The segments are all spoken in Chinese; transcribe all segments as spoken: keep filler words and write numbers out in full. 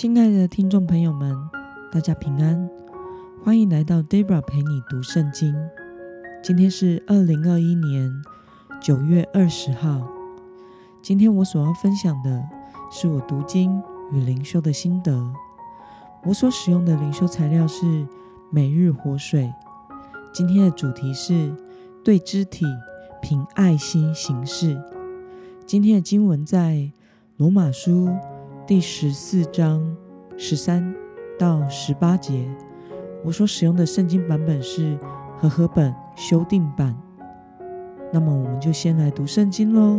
亲爱的听众朋友们，大家平安，欢迎来到 Debra 陪你读圣经。今天是二零二一年九月二十号。今天我所要分享的是我读经与灵修的心得。我所使用的灵修材料是每日活水。今天的主题是对肢体凭爱心行事。今天的经文在罗马书第十四章十三到十八节。我所使用的圣经版本是和合本修订版。那么我们就先来读圣经咯。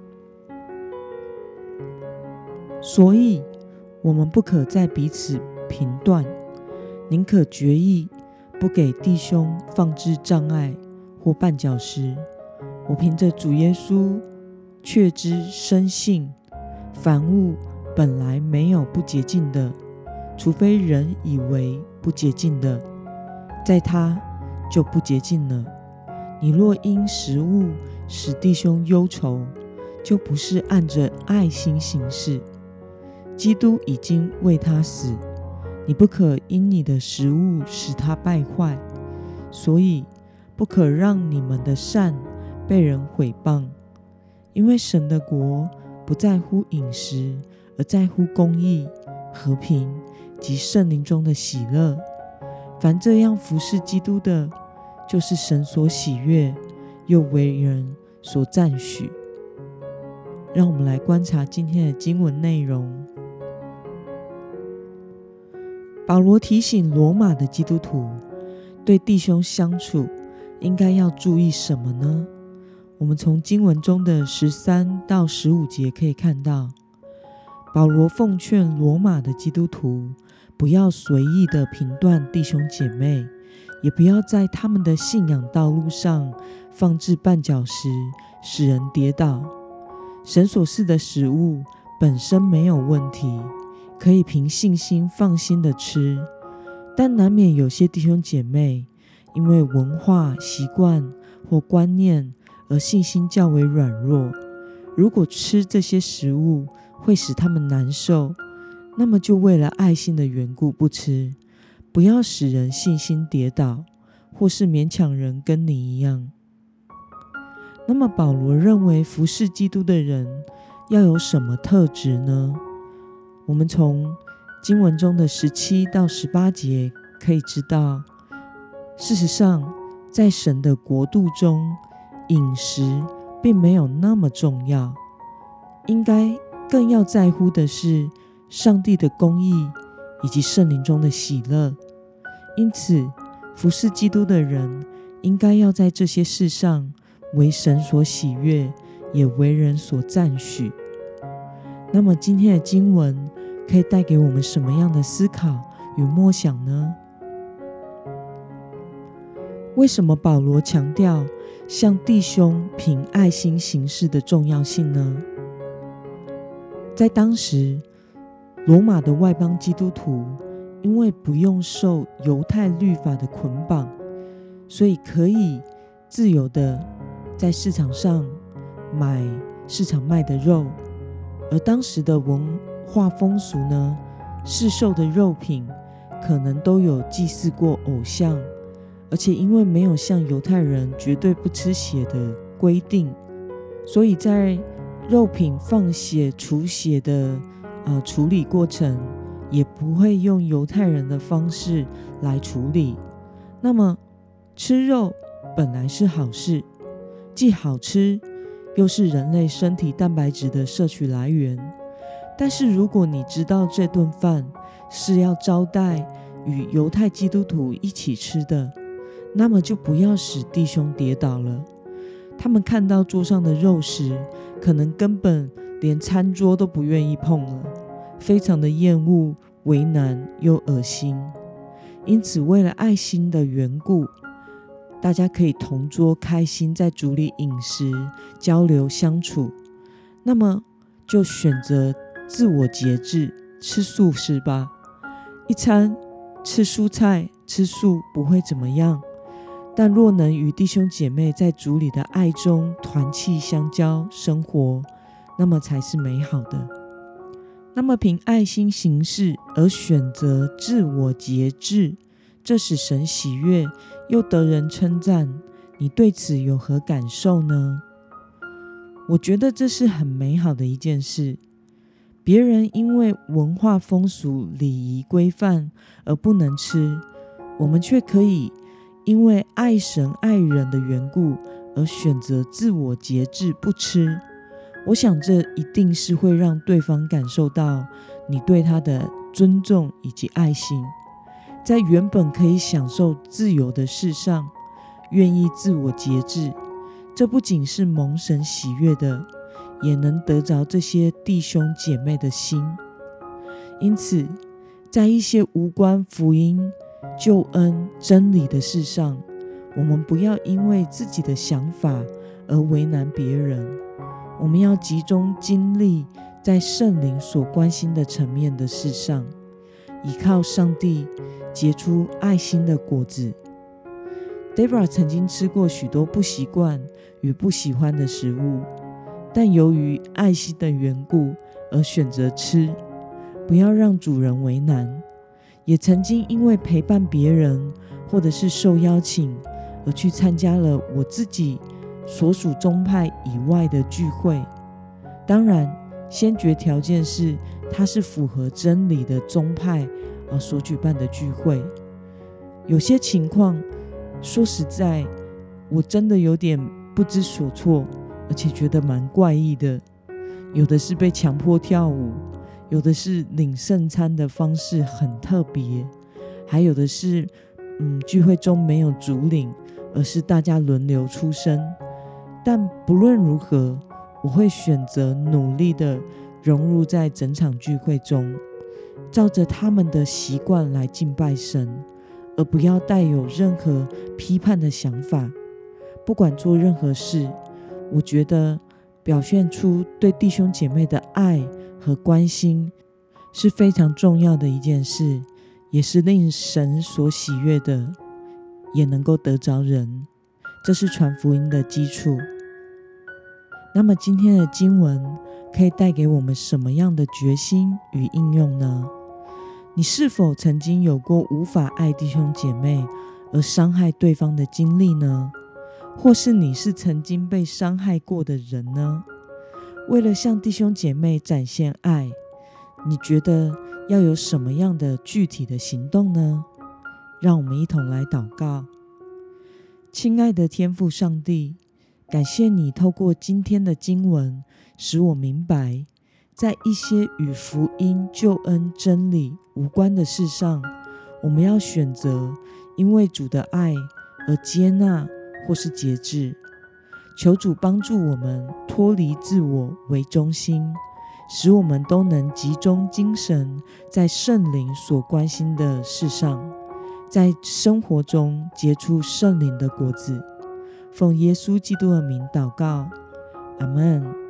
所以我们不可再彼此评断，宁可决意不给弟兄放置障碍或绊脚石。我凭着主耶稣确知深信，凡物本来没有不洁净的，除非人以为不洁净的，在他就不洁净了。你若因食物使弟兄忧愁，就不是按着爱心行事。基督已经为他死，你不可因你的食物使他败坏，所以不可让你们的善被人毁谤。因为神的国不在乎饮食，而在乎公义、和平及圣灵中的喜乐。凡这样服侍基督的，就是神所喜悦，又为人所赞许。让我们来观察今天的经文内容。保罗提醒罗马的基督徒，对弟兄相处应该要注意什么呢？我们从经文中的十三到十五节可以看到，保罗奉劝罗马的基督徒不要随意的评断弟兄姐妹，也不要在他们的信仰道路上放置绊脚石，使人跌倒。神所赐的食物本身没有问题，可以凭信心放心的吃，但难免有些弟兄姐妹因为文化、习惯或观念而信心较为软弱。如果吃这些食物会使他们难受，那么就为了爱心的缘故不吃，不要使人信心跌倒，或是勉强人跟你一样。那么保罗认为服侍基督的人要有什么特质呢？我们从经文中的十七到十八节可以知道，事实上在神的国度中，饮食并没有那么重要，应该更要在乎的是上帝的公义以及圣灵中的喜乐。因此服侍基督的人应该要在这些事上为神所喜悦，也为人所赞许。那么今天的经文可以带给我们什么样的思考与默想呢？为什么保罗强调向弟兄凭爱心行事的重要性呢？在当时，罗马的外邦基督徒因为不用受犹太律法的捆绑，所以可以自由的在市场上买市场卖的肉。而当时的文化风俗呢，市售的肉品可能都有祭祀过偶像，而且因为没有像犹太人绝对不吃血的规定，所以在肉品放血除血的、呃、处理过程也不会用犹太人的方式来处理。那么吃肉本来是好事，既好吃又是人类身体蛋白质的摄取来源。但是如果你知道这顿饭是要招待与犹太基督徒一起吃的，那么就不要使弟兄跌倒了。他们看到桌上的肉食，可能根本连餐桌都不愿意碰了，非常的厌恶、为难又恶心。因此为了爱心的缘故，大家可以同桌开心在主里饮食、交流相处，那么就选择自我节制，吃素食吧。一餐吃蔬菜、吃素不会怎么样，但若能与弟兄姐妹在主里的爱中团契相交生活，那么才是美好的。 那么凭爱心行事而选择自我节制，这使神喜悦，又得人称赞，你对此有何感受呢？我觉得这是很美好的一件事。别人因为文化风俗礼仪规范而不能吃，我们却可以因为爱神爱人的缘故而选择自我节制不吃。我想这一定是会让对方感受到你对他的尊重以及爱心。在原本可以享受自由的事上，愿意自我节制，这不仅是蒙神喜悦的，也能得着这些弟兄姐妹的心。因此，在一些无关福音、救恩、真理的事上，我们不要因为自己的想法而为难别人。我们要集中精力在圣灵所关心的层面的事上，依靠上帝结出爱心的果子。 Deborah 曾经吃过许多不习惯与不喜欢的食物，但由于爱心的缘故而选择吃，不要让主人为难。也曾经因为陪伴别人或者是受邀请而去参加了我自己所属宗派以外的聚会，当然先决条件是它是符合真理的宗派所举办的聚会。有些情况说实在我真的有点不知所措，而且觉得蛮怪异的。有的是被强迫跳舞，有的是领圣餐的方式很特别，还有的是嗯，聚会中没有主领，而是大家轮流出声。但不论如何，我会选择努力的融入在整场聚会中，照着他们的习惯来敬拜神，而不要带有任何批判的想法。不管做任何事，我觉得表现出对弟兄姐妹的爱和关心是非常重要的一件事，也是令神所喜悦的，也能够得着人，这是传福音的基础。那么今天的经文可以带给我们什么样的决心与应用呢？你是否曾经有过无法爱弟兄姐妹而伤害对方的经历呢？或是你是曾经被伤害过的人呢？为了向弟兄姐妹展现爱，你觉得要有什么样的具体的行动呢？让我们一同来祷告。亲爱的天父上帝，感谢你透过今天的经文，使我明白，在一些与福音、救恩、真理无关的事上，我们要选择因为主的爱而接纳或是节制。求主帮助我们脱离自我为中心，使我们都能集中精神在圣灵所关心的事上，在生活中结出圣灵的果子。奉耶稣基督的名祷告，阿们。